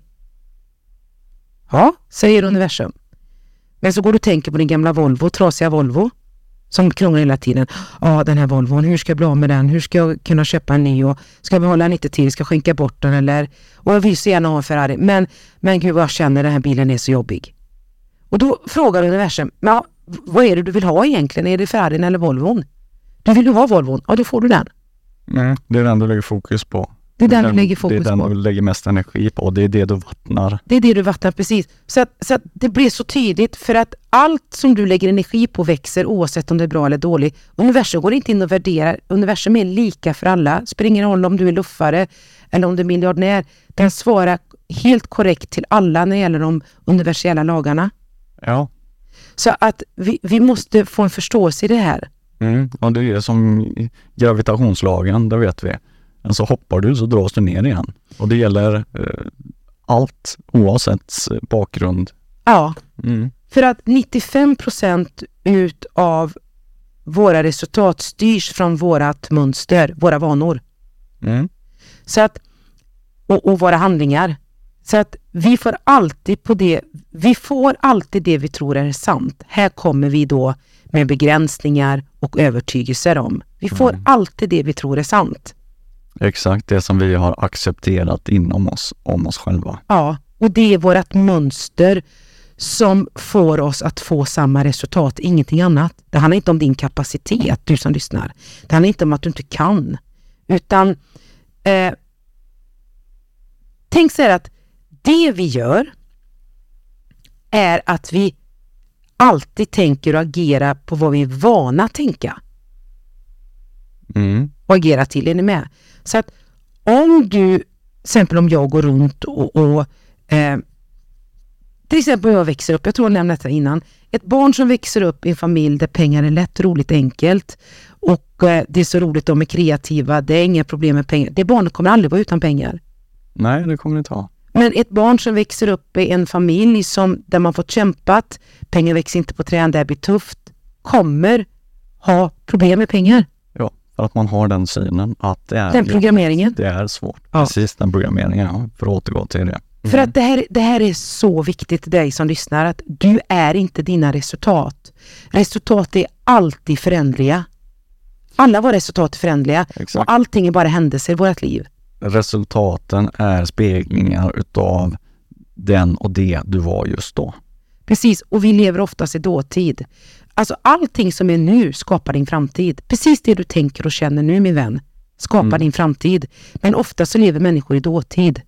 Ja, säger universum. Men så går du och tänker på din gamla Volvo, trasiga Volvo som krånglar hela tiden. Ja, den här Volvon, hur ska jag bli av med den? Hur ska jag kunna köpa en ny? Och ska jag behålla den lite till? Ska jag skänka bort den? Eller? Och jag vill så gärna ha en Ferrari. Men, men gud vad jag känner den här bilen är så jobbig. Och då frågar universum, ja, vad är det du vill ha egentligen? Är det Ferrarin eller Volvon? Du vill ju ha Volvon, ja då får du den. Nej, det är den du lägger fokus på. Det är den, den du lägger fokus på. Det är den på. Du lägger mest energi på. Det är det du vattnar. Det är det du vattnar, precis. Så att, så att det blir så tydligt för att allt som du lägger energi på växer oavsett om det är bra eller dåligt. Universum går inte in och värderar. Universum är lika för alla. Spelar ingen roll om du är luffare eller om du är miljardär. Den svarar helt korrekt till alla när det gäller de universella lagarna. Ja. Så att vi, vi måste få en förståelse i det här. Mm, och det är som gravitationslagen, det vet vi. Men så hoppar du så dras du ner igen. Och det gäller eh, allt oavsett bakgrund. Ja, Mm. för att nittiofem procent ut av våra resultat styrs från vårat mönster, våra vanor. Mm. Så att, och, och våra handlingar. Så att vi får alltid på det, vi får alltid det vi tror är sant. Här kommer vi då med begränsningar och övertygelser om. Vi får Mm. alltid det vi tror är sant. Exakt, det som vi har accepterat inom oss, om oss själva. Ja, och det är vårt mönster som får oss att få samma resultat, ingenting annat. Det handlar inte om din kapacitet, du som lyssnar. Det handlar inte om att du inte kan. Utan eh, tänk så här att det vi gör är att vi alltid tänker och agerar på vad vi är vana att tänka. Mm. Och agera till, är ni med? Så att om du, till exempel om jag går runt och, och eh, till exempel jag växer upp, jag tror jag nämnde detta innan, ett barn som växer upp i en familj där pengar är lätt, roligt, enkelt och eh, det är så roligt, de är kreativa, det är inga problem med pengar. Det barnet kommer aldrig vara utan pengar. Nej, det kommer det inte ha. Men ett barn som växer upp i en familj som, där man fått kämpat, pengar växer inte på träd, det blir tufft, kommer ha problem med pengar. Ja, för att man har den synen att det är, Den programmeringen. det är svårt. Ja. Precis, den programmeringen, ja, för att återgå till det. Mm. För att det här, det här är så viktigt till dig som lyssnar, att du är inte dina resultat. Resultat är alltid förändliga. Alla våra resultat är förändliga. Exakt. Och allting är bara händelser i vårt liv. Resultaten är speglingar utav den och det du var just då. Precis, och vi lever oftast i dåtid. Alltså allting som är nu skapar din framtid. Precis det du tänker och känner nu, min vän, skapar Mm. din framtid. Men ofta så lever människor i dåtid.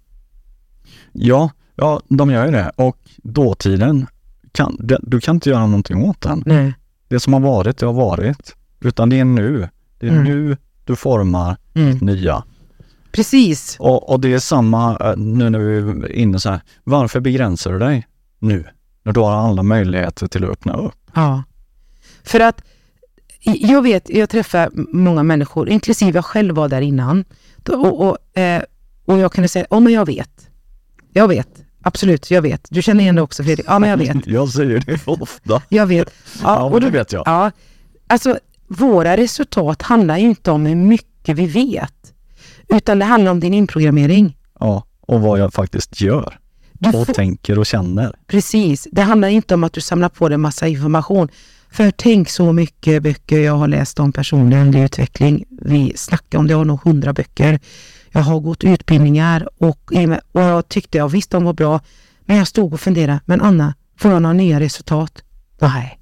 Ja, ja, de gör ju det. Och dåtiden, kan, det, du kan inte göra någonting åt den. Nej. Det som har varit, det har varit. Utan det är nu. Det är Mm. nu du formar Mm. det nya. Precis. Och, och det är samma eh, nu när vi är inne så här. Varför begränsar du dig nu? När du har alla möjligheter till att öppna upp. Ja. För att jag vet, jag träffar många människor, inklusive jag själv var där innan. Och, och, eh, och jag kunde säga, ja men jag vet. Jag vet. Absolut, jag vet. Du känner igen det också, Fredrik. Ja men jag vet. Jag säger det ofta. Jag vet. Ja, och det då, vet jag. Ja, alltså våra resultat handlar ju inte om hur mycket vi vet. Utan det handlar om din inprogrammering. Ja, och vad jag faktiskt gör. Du och får- tänker och känner. Precis. Det handlar inte om att du samlar på dig en massa information. För tänk så mycket böcker jag har läst om personlig utveckling. Vi snackar om det, jag har nog hundra böcker. Jag har gått utbildningar och, och jag tyckte jag visste de var bra. Men jag stod och funderade, men Anna, får jag några nya resultat? Nej.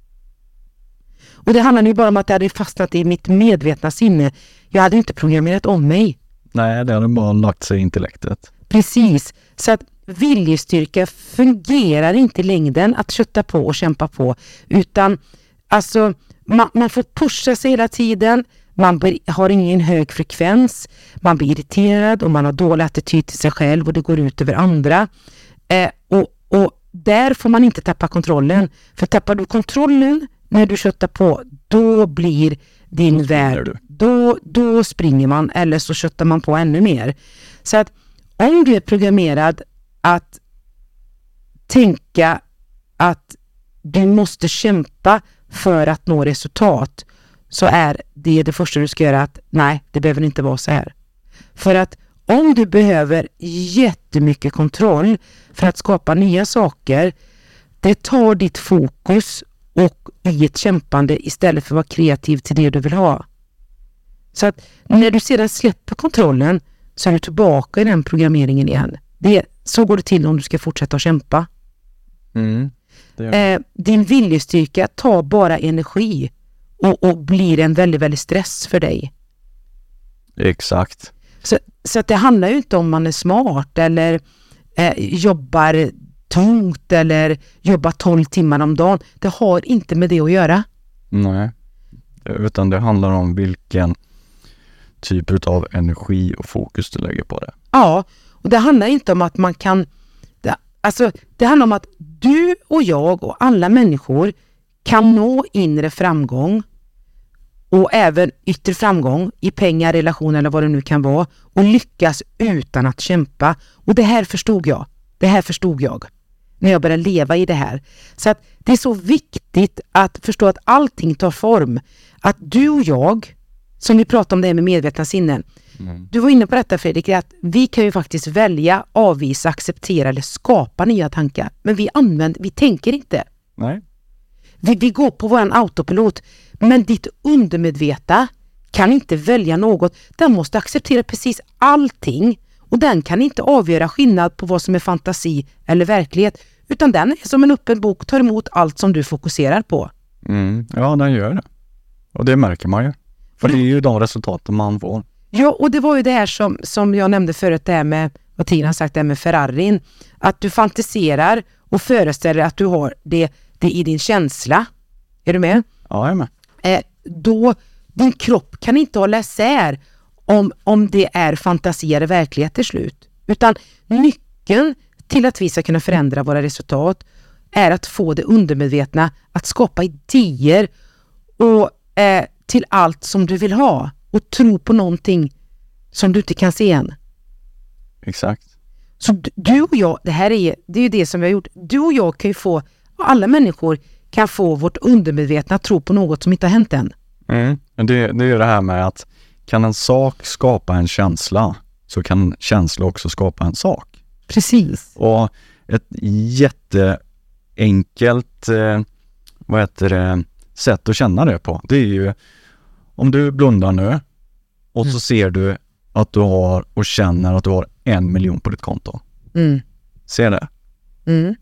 Och det handlar ju bara om att det hade fastnat i mitt medvetna sinne. Jag hade inte programmerat om mig. Nej, det hade bara lagt sig i intellektet. Precis. Så att viljestyrka fungerar inte i längden att kötta på och kämpa på. Utan alltså man, man får pusha sig hela tiden. Man blir, har ingen hög frekvens. Man blir irriterad och man har dålig attityd till sig själv och det går ut över andra. Eh, och, och där får man inte tappa kontrollen. För tappar du kontrollen när du köttar på, då blir din Då springer värld, du. då, då springer man eller så köttar man på ännu mer. Så att om du är programmerad att tänka att du måste kämpa för att nå resultat, så är det det första du ska göra att nej, det behöver inte vara så här. För att om du behöver jättemycket kontroll för att skapa nya saker, det tar ditt fokus och i ett kämpande istället för att vara kreativ till det du vill ha. Så att när du sedan släpper kontrollen så är du tillbaka i den programmeringen igen. Det, så går det till om du ska fortsätta att kämpa. Mm. Det gör Eh, din viljestyrka tar bara energi och, och blir en väldigt, väldigt stress för dig. Exakt. Så, så att det handlar ju inte om man är smart eller eh, jobbar tungt eller jobbar tolv timmar om dagen. Det har inte med det att göra. Nej. Utan det handlar om vilken typ av energi och fokus du lägger på det. Ja, och det handlar inte om att man kan... Det, alltså, det handlar om att du och jag och alla människor kan nå inre framgång och även yttre framgång i pengar, relationer eller vad det nu kan vara och lyckas utan att kämpa. Och det här förstod jag. Det här förstod jag. när jag började leva i det här. Så att det är så viktigt att förstå att allting tar form. Att du och jag, som vi pratade om det här med medvetna sinnen. Mm. Du var inne på detta, Fredrik, att vi kan ju faktiskt välja, avvisa, acceptera eller skapa nya tankar. Men vi använder, vi tänker inte. Nej. Vi, vi går på våran autopilot. Men ditt undermedvetna kan inte välja något. Den måste acceptera precis allting. Och den kan inte avgöra skillnad på vad som är fantasi eller verklighet. Utan den är som en öppen bok, tar emot allt som du fokuserar på. Mm. Ja, den gör det. Och det märker man ju. För det är ju de resultaten man får. Ja, och det var ju det här som, som jag nämnde förut, det här med, vad Tina sagt, det här med Ferrarin. Att du fantiserar och föreställer att du har det, det i din känsla. Är du med? Ja, jag är med. Eh, då, din kropp kan inte hålla isär om, om det är fantasi eller verklighet till slut. Utan nyckeln till att vi ska kunna förändra våra resultat är att få det undermedvetna att skapa idéer och eh, till allt som du vill ha. Och tro på någonting som du inte kan se än. Exakt. Så du, du och jag, det här är, det är ju det som vi har gjort. Du och jag kan ju få, alla människor kan få vårt undermedvetna att tro på något som inte har hänt än. Mm. Det, det är ju det här med att kan en sak skapa en känsla, så kan en känsla också skapa en sak. Precis. Och ett jätteenkelt eh, vad heter det, sätt att känna det på, det är ju om du blundar nu och mm. så ser du att du har och känner att du har en miljon på ditt konto. Mm. Ser det? Mm.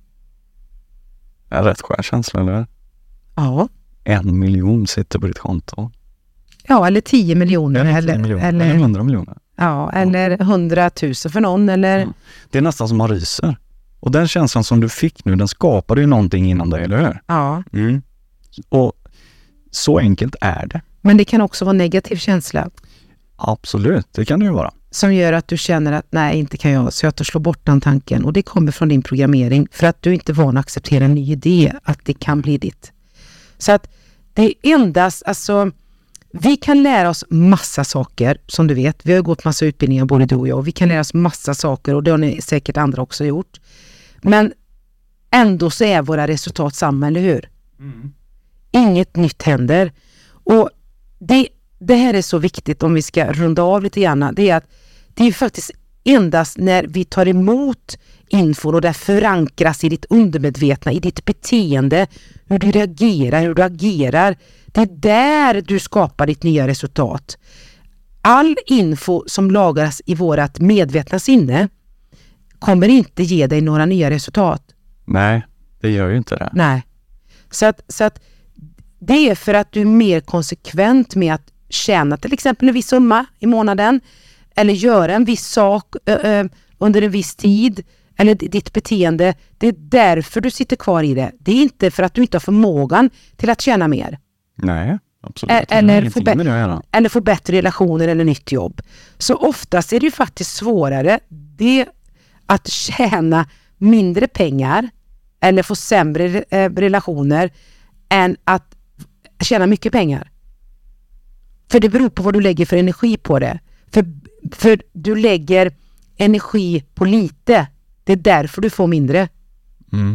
Det är rätt skön känsla, eller? Ja. En miljon sitter på ditt konto. Ja, eller tio miljoner. Eller, eller, miljoner, eller, eller hundra miljoner. Ja, eller hundratusen för någon. Eller... Ja. Det är nästan som man ryser. Och den känslan som du fick nu, den skapade ju någonting inom dig, eller hur? Ja. Mm. Och så enkelt är det. Men det kan också vara negativ känsla. Absolut, det kan det ju vara. Som gör att du känner att nej, inte kan jag, så jag tar slå bort den tanken. Och det kommer från din programmering. För att du inte är van att acceptera en ny idé, att det kan bli ditt. Så att det är endast, alltså, vi kan lära oss massa saker, som du vet. Vi har gått massa utbildningar, både du och jag. Och vi kan lära oss massa saker, och det har ni säkert andra också gjort. Men ändå så är våra resultat samma, eller hur? Mm. Inget nytt händer. Och det, det här är så viktigt om vi ska runda av lite grann. Det är att det är faktiskt endast när vi tar emot info och det förankras i ditt undermedvetna, i ditt beteende, hur du reagerar, hur du agerar. Det är där du skapar ditt nya resultat. All info som lagras i vårat medvetna sinne kommer inte ge dig några nya resultat. Nej, det gör ju inte det. Nej. Så att, så att det är för att du är mer konsekvent med att tjäna till exempel en viss summa i månaden, eller göra en viss sak ö, ö, under en viss tid, eller ditt beteende. Det är därför du sitter kvar i det. Det är inte för att du inte har förmågan till att tjäna mer. Nej, absolut. Ä- eller, få be- eller få bättre relationer eller nytt jobb. Så oftast är det ju faktiskt svårare det att tjäna mindre pengar eller få sämre eh, relationer än att tjäna mycket pengar. För det beror på vad du lägger för energi på det. För, för du lägger energi på lite. Det är därför du får mindre. Mm.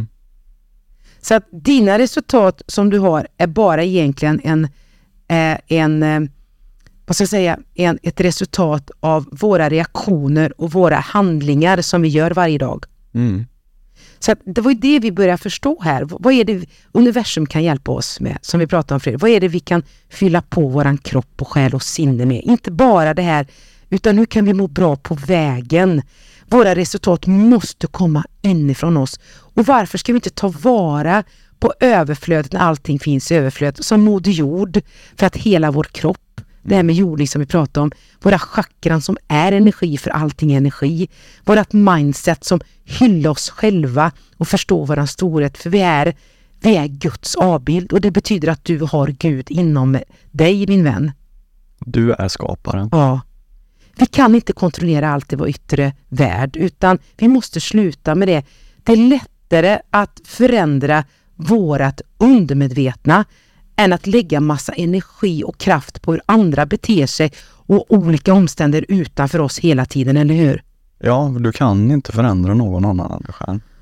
Så att dina resultat som du har är bara egentligen en, eh, en eh, vad ska jag säga, en, ett resultat av våra reaktioner och våra handlingar som vi gör varje dag. Mm. Så att det var ju det vi började förstå här. Vad är det universum kan hjälpa oss med, som vi pratade om förut? Vad är det vi kan fylla på våran kropp och själ och sinne med? Inte bara det här, utan hur kan vi må bra på vägen? Våra resultat måste komma inifrån oss. Och varför ska vi inte ta vara på överflödet när allting finns i överflöd? Som Moder Jord, för att hela vår kropp, det här med jordning som vi pratar om, våra chakran som är energi, för allting är energi. Vårat mindset som hyllar oss själva och förstår våran storhet, för vi är, vi är Guds avbild, och det betyder att du har Gud inom dig, min vän. Du är skaparen. Ja. Vi kan inte kontrollera allt i vår yttre värld, utan vi måste sluta med det. Det är lättare att förändra vårat undermedvetna än att lägga massa energi och kraft på hur andra beter sig och olika omständigheter utanför oss hela tiden, eller hur? Ja, du kan inte förändra någon annan än dig själv.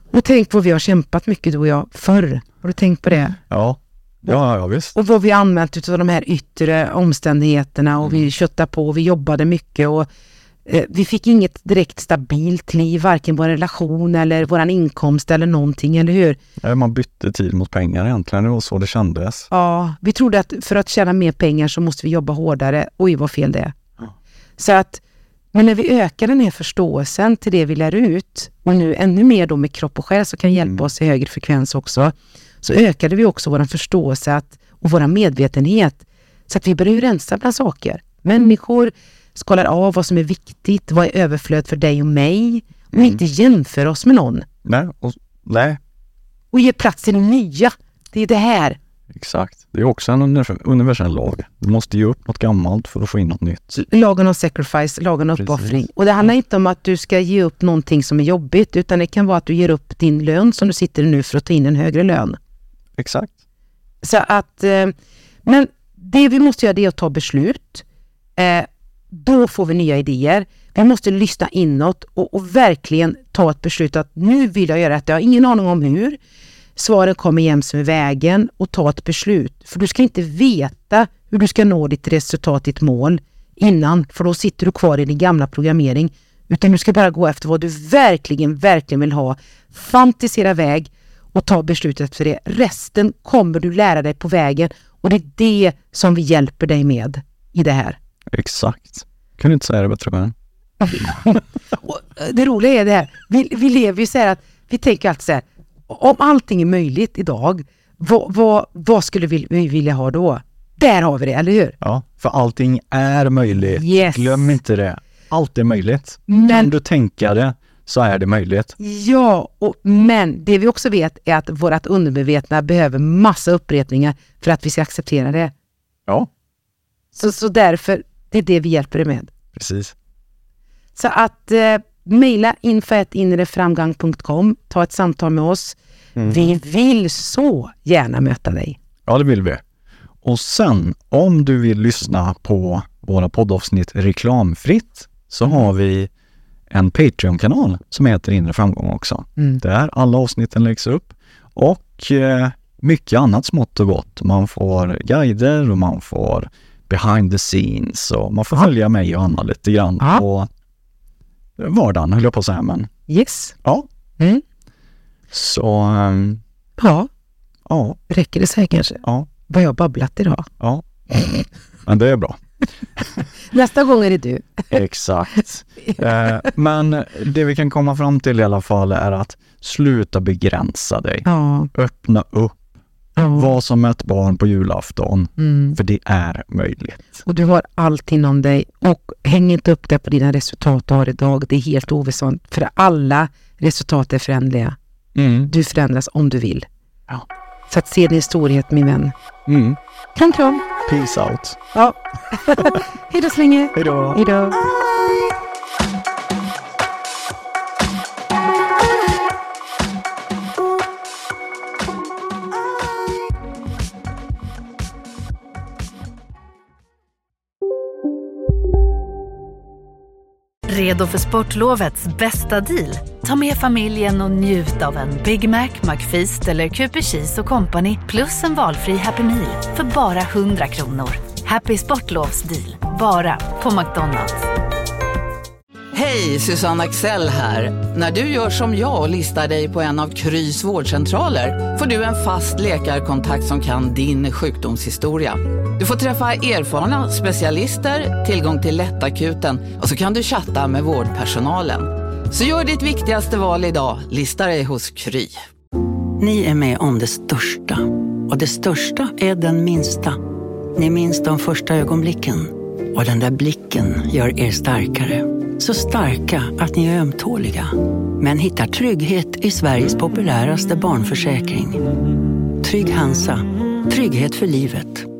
Och tänk på vad vi har kämpat mycket du och jag förr. Har du tänkt på det? Ja, ja, ja visst. Och vad vi använt utav de här yttre omständigheterna och vi köttade på och vi jobbade mycket och eh, vi fick inget direkt stabilt liv, varken vår relation eller våran inkomst eller någonting, eller hur? Ja, man bytte tid mot pengar egentligen, det var så det kändes. Ja, vi trodde att för att tjäna mer pengar så måste vi jobba hårdare. Oj, vad fel det är. Ja. Så att, men när vi ökar den här förståelsen till det vi lär ut och nu ännu mer då med kropp och själ som kan hjälpa mm. oss i högre frekvens också, så ökade vi också vår förståelse att, och vår medvetenhet så att vi börjar rensa bland saker. Människor skalar av vad som är viktigt, vad är överflöd för dig och mig och mm. inte jämför oss med någon. Nej, och, nej. Och ge plats till det nya. Det är det här. Exakt. Det är också en universell lag. Du måste ge upp något gammalt för att få in något nytt. Lagen om sacrifice, lagen om uppoffring. Och det handlar inte om att du ska ge upp någonting som är jobbigt, utan det kan vara att du ger upp din lön som du sitter i nu för att ta in en högre lön. Exakt. Så att, eh, men det vi måste göra det är att ta beslut. Eh, då får vi nya idéer. Vi måste lyssna inåt och, och verkligen ta ett beslut att nu vill jag göra det. Jag har ingen aning om hur. Svaren kommer jäms med vägen och ta ett beslut. För du ska inte veta hur du ska nå ditt resultat, ditt mål innan. För då sitter du kvar i din gamla programmering. Utan du ska bara gå efter vad du verkligen, verkligen vill ha. Fantisera väg och ta beslutet efter det. Resten kommer du lära dig på vägen. Och det är det som vi hjälper dig med i det här. Exakt. Kan du inte säga det bättre än? Och det roliga är det här. Vi, vi lever ju så här att vi tänker alltid så här. Om allting är möjligt idag, vad, vad, vad skulle vi, vi vilja ha då? Där har vi det, eller hur? Ja, för allting är möjligt. Yes. Glöm inte det. Allt är möjligt. Men, om du tänker det så är det möjligt. Ja, och, men det vi också vet är att vårt undermedvetna behöver massa upprepningar för att vi ska acceptera det. Ja. Så, så därför, det är det vi hjälper dig med. Precis. Så att eh, mejla info at inreframgang punkt com, ta ett samtal med oss. Mm. Vi vill så gärna möta dig. Ja, det vill vi. Och sen, om du vill lyssna på våra poddavsnitt reklamfritt så har vi en Patreon-kanal som heter Inre Framgång också. Mm. Där alla avsnitten läggs upp. Och eh, mycket annat smått och gott. Man får guider och man får behind the scenes och man får följa mig och Anna lite grann ja. på vardagen, höll jag på att säga. Men, yes. Ja. Mm. Så... Um, ja. Ja. Räcker det så här kanske? Ja. Vad jag babblat idag. Ja. Men det är bra. Nästa gång är det du. Exakt. Eh, men det vi kan komma fram till i alla fall är att sluta begränsa dig. Ja. Öppna upp. Ja. Var som ett barn på julafton. Mm. För det är möjligt. Och du har allt inom dig. Och häng inte upp det på dina resultat du har idag. Det är helt oväsentligt. För alla resultat är förändliga. Mm. Du förändras om du vill. Ja. Så att se din storhet, min vän. Mm. Kram, kram. Peace out. Ja. Hej då så länge. Hej då. Hej då. Redo för sportlovets bästa deal? Ta med familjen och njut av en Big Mac, McFeast eller Cooper Cheese och Company plus en valfri Happy Meal för bara hundra kronor. Happy Sportlovs deal, bara på McDonalds. Hej, Susanne Axel här. När du gör som jag och listar dig på en av Krys vårdcentraler får du en fast läkarkontakt som kan din sjukdomshistoria. Du får träffa erfarna specialister, tillgång till lättakuten och så kan du chatta med vårdpersonalen. Så gör ditt viktigaste val idag, lista dig hos Kry. Ni är med om det största, och det största är den minsta. Ni minns de första ögonblicken, och den där blicken gör er starkare. Så starka att ni är ömtåliga, men hittar trygghet i Sveriges populäraste barnförsäkring. Trygg Hansa, trygghet för livet.